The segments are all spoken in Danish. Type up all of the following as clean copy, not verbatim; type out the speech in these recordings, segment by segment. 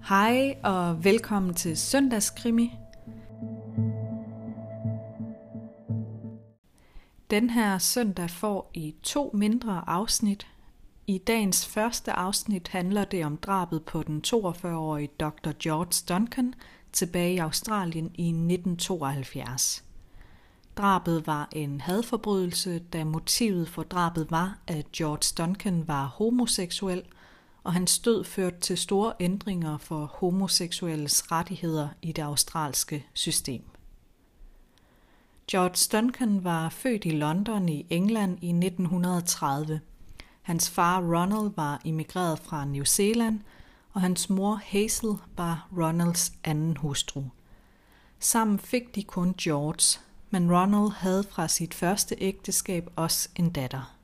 Hej og velkommen til Søndagskrimi. Den her søndag får I 2 mindre afsnit. I dagens første afsnit handler det om drabet på den 42-årige Dr. George Duncan tilbage i Australien i 1972. Drabet var en hadforbrydelse, da motivet for drabet var, at George Duncan var homoseksuel, og hans død førte til store ændringer for homoseksuelles rettigheder i det australske system. George Duncan var født i London i England i 1930. Hans far Ronald var immigreret fra New Zealand, og hans mor Hazel var Ronalds anden hustru. Sammen fik de kun George, men Ronald havde fra sit første ægteskab også en datter.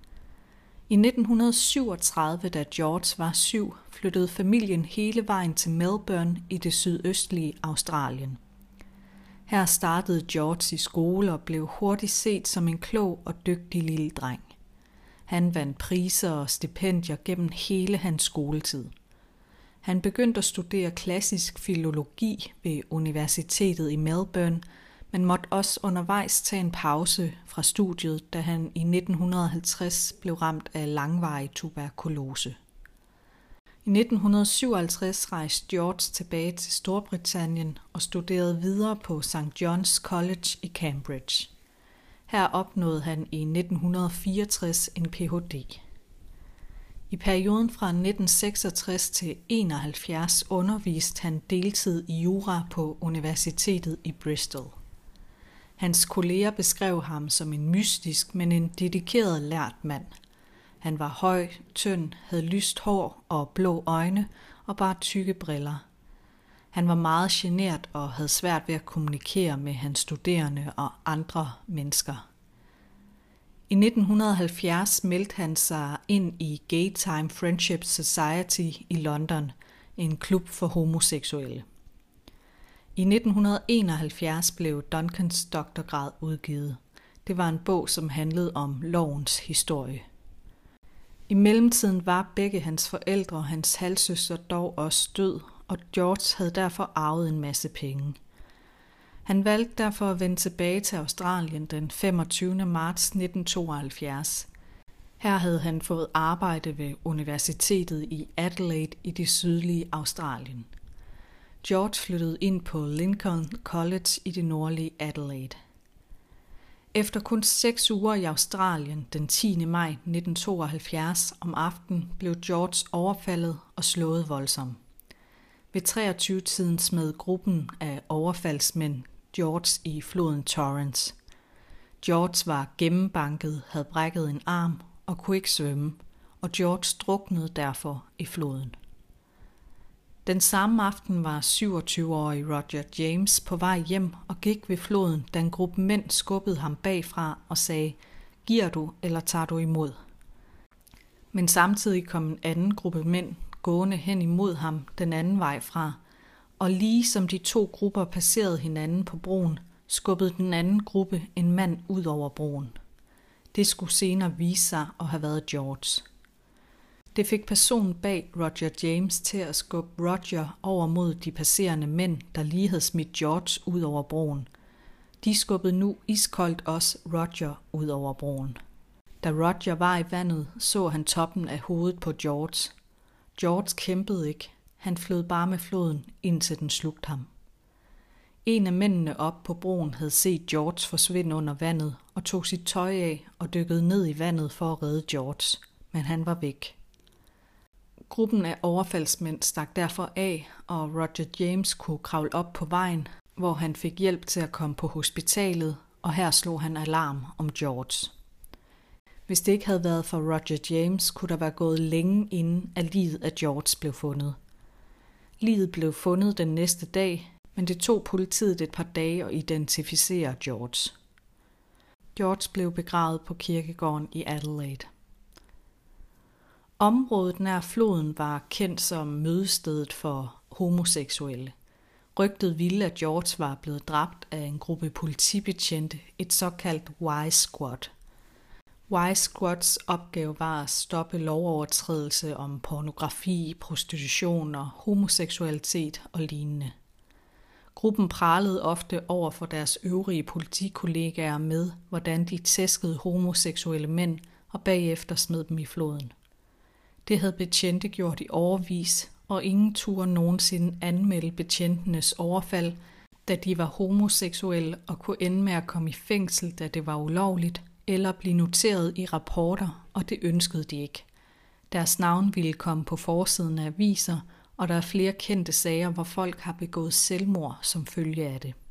I 1937, da George var 7, flyttede familien hele vejen til Melbourne i det sydøstlige Australien. Her startede George i skole og blev hurtigt set som en klog og dygtig lille dreng. Han vandt priser og stipendier gennem hele hans skoletid. Han begyndte at studere klassisk filologi ved universitetet i Melbourne, men måtte også undervejs tage en pause fra studiet, da han i 1950 blev ramt af langvarig tuberkulose. I 1957 rejste George tilbage til Storbritannien og studerede videre på St. John's College i Cambridge. Her opnåede han i 1964 en Ph.D. I perioden fra 1966 til 71 underviste han deltid i jura på universitetet i Bristol. Hans kolleger beskrev ham som en mystisk, men en dedikeret lært mand. Han var høj, tynd, havde lyst hår og blå øjne og bar tykke briller. Han var meget genert og havde svært ved at kommunikere med hans studerende og andre mennesker. I 1970 meldte han sig ind i Gay Time Friendship Society i London, en klub for homoseksuelle. I 1971 blev Duncans doktorgrad udgivet. Det var en bog, som handlede om lovens historie. I mellemtiden var begge hans forældre og hans halvsøster dog også død, og George havde derfor arvet en masse penge. Han valgte derfor at vende tilbage til Australien den 25. marts 1972. Her havde han fået arbejde ved universitetet i Adelaide i det sydlige Australien. George flyttede ind på Lincoln College i det nordlige Adelaide. Efter kun 6 uger i Australien den 10. maj 1972 om aftenen blev George overfaldet og slået voldsomt. Ved 23-tiden smed gruppen af overfaldsmænd George i floden Torrens. George var gennembanket, havde brækket en arm og kunne ikke svømme, og George druknede derfor i floden. Den samme aften var 27-årige Roger James på vej hjem og gik ved floden, da en gruppe mænd skubbede ham bagfra og sagde, giver du eller tager du imod? Men samtidig kom en anden gruppe mænd gående hen imod ham den anden vej fra, og lige som de 2 grupper passerede hinanden på broen, skubbede den anden gruppe en mand ud over broen. Det skulle senere vise sig at have været George. Det fik personen bag Roger James til at skubbe Roger over mod de passerende mænd, der lige havde smidt George ud over broen. De skubbede nu iskoldt også Roger ud over broen. Da Roger var i vandet, så han toppen af hovedet på George. George kæmpede ikke. Han flød bare med floden, indtil den slugte ham. En af mændene op på broen havde set George forsvinde under vandet og tog sit tøj af og dykkede ned i vandet for at redde George, men han var væk. Gruppen af overfaldsmænd stak derfor af, og Roger James kunne kravle op på vejen, hvor han fik hjælp til at komme på hospitalet, og her slog han alarm om George. Hvis det ikke havde været for Roger James, kunne der være gået længe inden at liget af George blev fundet. Liget blev fundet den næste dag, men det tog politiet et par dage at identificere George. George blev begravet på kirkegården i Adelaide. Området nær floden var kendt som mødestedet for homoseksuelle. Rygtet ville, at George var blevet dræbt af en gruppe politibetjente, et såkaldt Y-squad. Y-Squads opgave var at stoppe lovovertrædelse om pornografi, prostitution og homoseksualitet og lignende. Gruppen pralede ofte over for deres øvrige politikollegaer med, hvordan de tæskede homoseksuelle mænd og bagefter smed dem i floden. Det havde betjente gjort i årevis, og ingen turde nogensinde anmelde betjentenes overfald, da de var homoseksuelle og kunne ende med at komme i fængsel, da det var ulovligt, eller blive noteret i rapporter, og det ønskede de ikke. Deres navn ville komme på forsiden af aviser, og der er flere kendte sager, hvor folk har begået selvmord som følge af det.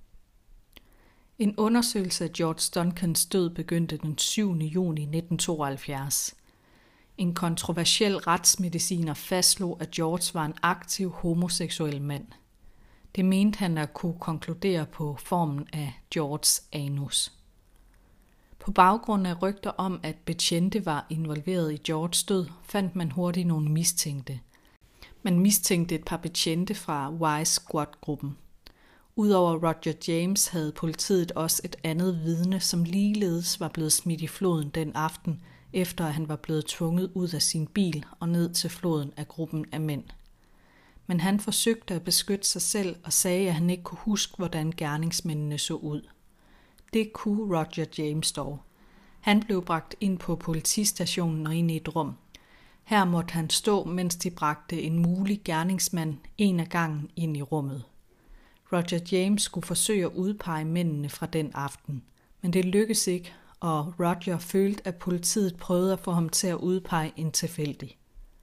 En undersøgelse af George Duncans død begyndte den 7. juni 1972. En kontroversiel retsmediciner fastslog, at George var en aktiv homoseksuel mand. Det mente han at kunne konkludere på formen af Georges anus. På baggrund af rygter om, at betjente var involveret i Georges død, fandt man hurtigt nogle mistænkte. Man mistænkte et par betjente fra Y-Squad-gruppen. Udover Roger James havde politiet også et andet vidne, som ligeledes var blevet smidt i floden den aften, efter at han var blevet tvunget ud af sin bil og ned til floden af gruppen af mænd. Men han forsøgte at beskytte sig selv og sagde, at han ikke kunne huske, hvordan gerningsmændene så ud. Det kunne Roger James dog. Han blev bragt ind på politistationen og ind i et rum. Her måtte han stå, mens de bragte en mulig gerningsmand en af gangen ind i rummet. Roger James skulle forsøge at udpege mændene fra den aften, men det lykkedes ikke, og Roger følte, at politiet prøvede at få ham til at udpege en tilfældig.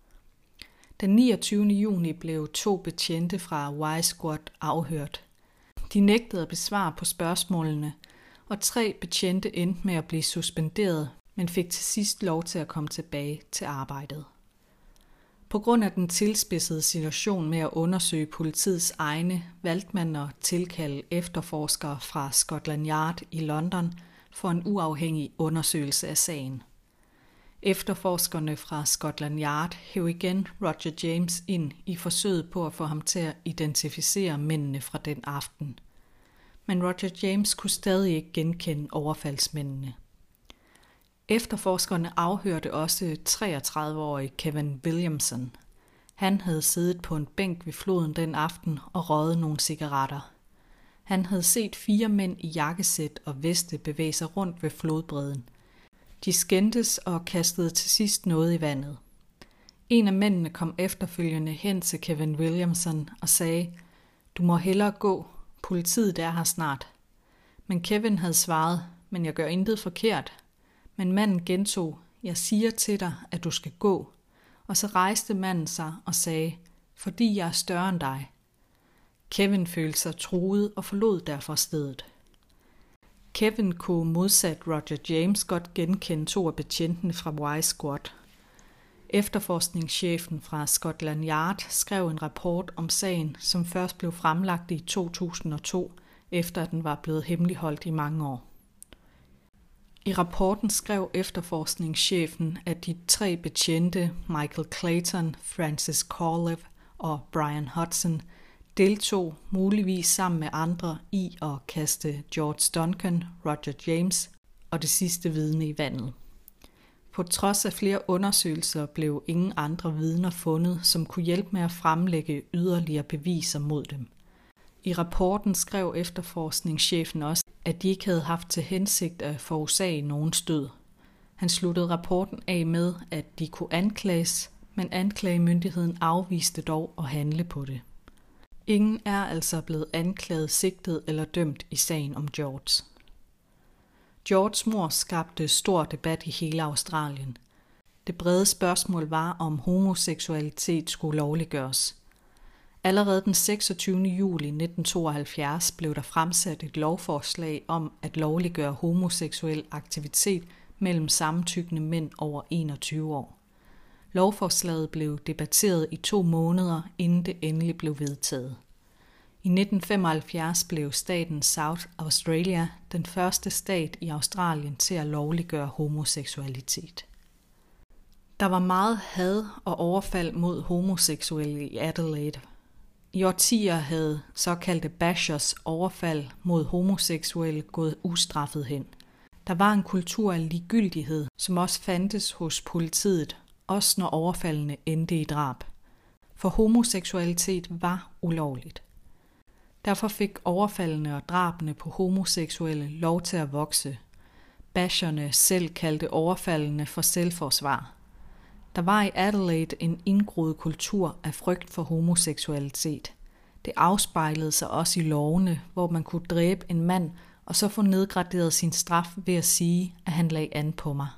Den 29. juni blev 2 betjente fra Y-Squad afhørt. De nægtede at besvare på spørgsmålene, og 3 betjente endte med at blive suspenderet, men fik til sidst lov til at komme tilbage til arbejdet. På grund af den tilspidsede situation med at undersøge politiets egne, valgte man at tilkalde efterforskere fra Scotland Yard i London for en uafhængig undersøgelse af sagen. Efterforskerne fra Scotland Yard hev igen Roger James ind i forsøget på at få ham til at identificere mændene fra den aften. Men Roger James kunne stadig ikke genkende overfaldsmændene. Efterforskerne afhørte også 33-årige Kevin Williamson. Han havde siddet på en bænk ved floden den aften og røget nogle cigaretter. Han havde set 4 mænd i jakkesæt og veste bevæge sig rundt ved flodbredden. De skændtes og kastede til sidst noget i vandet. En af mændene kom efterfølgende hen til Kevin Williamson og sagde, "Du må hellere gå, politiet er her snart." Men Kevin havde svaret, "Men jeg gør intet forkert." Men manden gentog, "Jeg siger til dig, at du skal gå." Og så rejste manden sig og sagde, "Fordi jeg er større end dig." Kevin følte sig truet og forlod derfor stedet. Kevin kunne modsat Roger James godt genkende 2 af betjentene fra Y-Squad. Efterforskningschefen fra Scotland Yard skrev en rapport om sagen, som først blev fremlagt i 2002, efter at den var blevet hemmeligholdt i mange år. I rapporten skrev efterforskningschefen, at de 3 betjente, Michael Clayton, Francis Corlev og Brian Hudson, deltog muligvis sammen med andre i at kaste George Duncan, Roger James og det sidste vidne i vandet. På trods af flere undersøgelser blev ingen andre vidner fundet, som kunne hjælpe med at fremlægge yderligere beviser mod dem. I rapporten skrev efterforskningschefen også, at de ikke havde haft til hensigt at forårsage nogens død. Han sluttede rapporten af med, at de kunne anklages, men anklagemyndigheden afviste dog at handle på det. Ingen er altså blevet anklaget, sigtet eller dømt i sagen om George. Georges mord skabte stor debat i hele Australien. Det brede spørgsmål var, om homoseksualitet skulle lovliggøres. Allerede den 26. juli 1972 blev der fremsat et lovforslag om at lovliggøre homoseksuel aktivitet mellem samtykkende mænd over 21 år. Lovforslaget blev debatteret i 2 måneder, inden det endelig blev vedtaget. I 1975 blev staten South Australia den første stat i Australien til at lovliggøre homoseksualitet. Der var meget had og overfald mod homoseksuelle i Adelaide. I årtier havde såkaldte bashers overfald mod homoseksuelle gået ustraffet hen. Der var en kultur af ligegyldighed, som også fandtes hos politiet, også når overfaldene endte i drab. For homoseksualitet var ulovligt. Derfor fik overfaldene og drabene på homoseksuelle lov til at vokse. Basherne selv kaldte overfaldene for selvforsvar. Der var i Adelaide en indgroet kultur af frygt for homoseksualitet. Det afspejlede sig også i lovene, hvor man kunne dræbe en mand og så få nedgraderet sin straf ved at sige, at han lagde an på mig.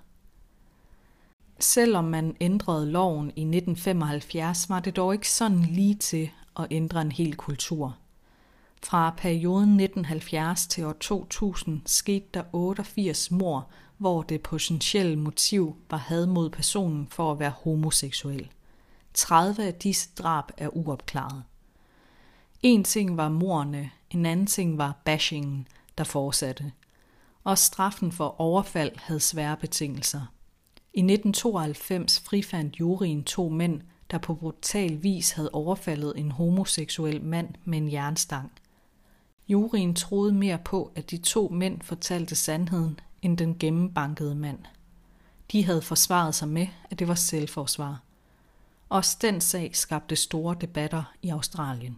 Selvom man ændrede loven i 1975, var det dog ikke sådan lige til at ændre en hel kultur. Fra perioden 1970 til år 2000 skete der 88 mord, hvor det potentielle motiv var had mod personen for at være homoseksuel. 30 af disse drab er uopklaret. En ting var mordene, en anden ting var bashingen, der fortsatte. Og straffen for overfald havde svære betingelser. I 1992 frifandt juryen 2 mænd, der på brutal vis havde overfaldet en homoseksuel mand med en jernstang. Juryen troede mere på, at de 2 mænd fortalte sandheden, end den gennembankede mand. De havde forsvaret sig med, at det var selvforsvar. Også den sag skabte store debatter i Australien.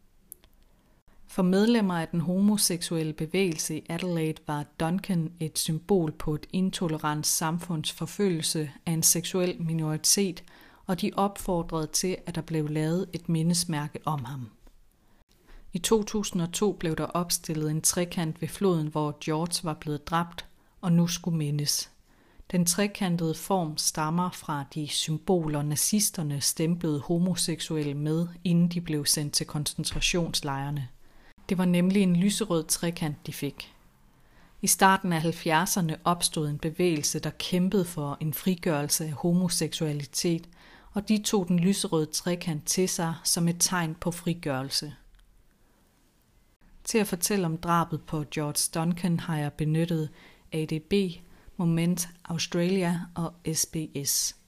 For medlemmer af den homoseksuelle bevægelse i Adelaide var Duncan et symbol på et intolerant samfunds forfølgelse af en seksuel minoritet, og de opfordrede til, at der blev lavet et mindesmærke om ham. I 2002 blev der opstillet en trekant ved floden, hvor George var blevet dræbt og nu skulle mindes. Den trekantede form stammer fra de symboler nazisterne stemplede homoseksuelle med, inden de blev sendt til koncentrationslejrene. Det var nemlig en lyserød trekant, de fik. I starten af 70'erne opstod en bevægelse, der kæmpede for en frigørelse af homoseksualitet, og de tog den lyserøde trekant til sig som et tegn på frigørelse. Til at fortælle om drabet på George Duncan har jeg benyttet ADB, Moment Australia og SBS.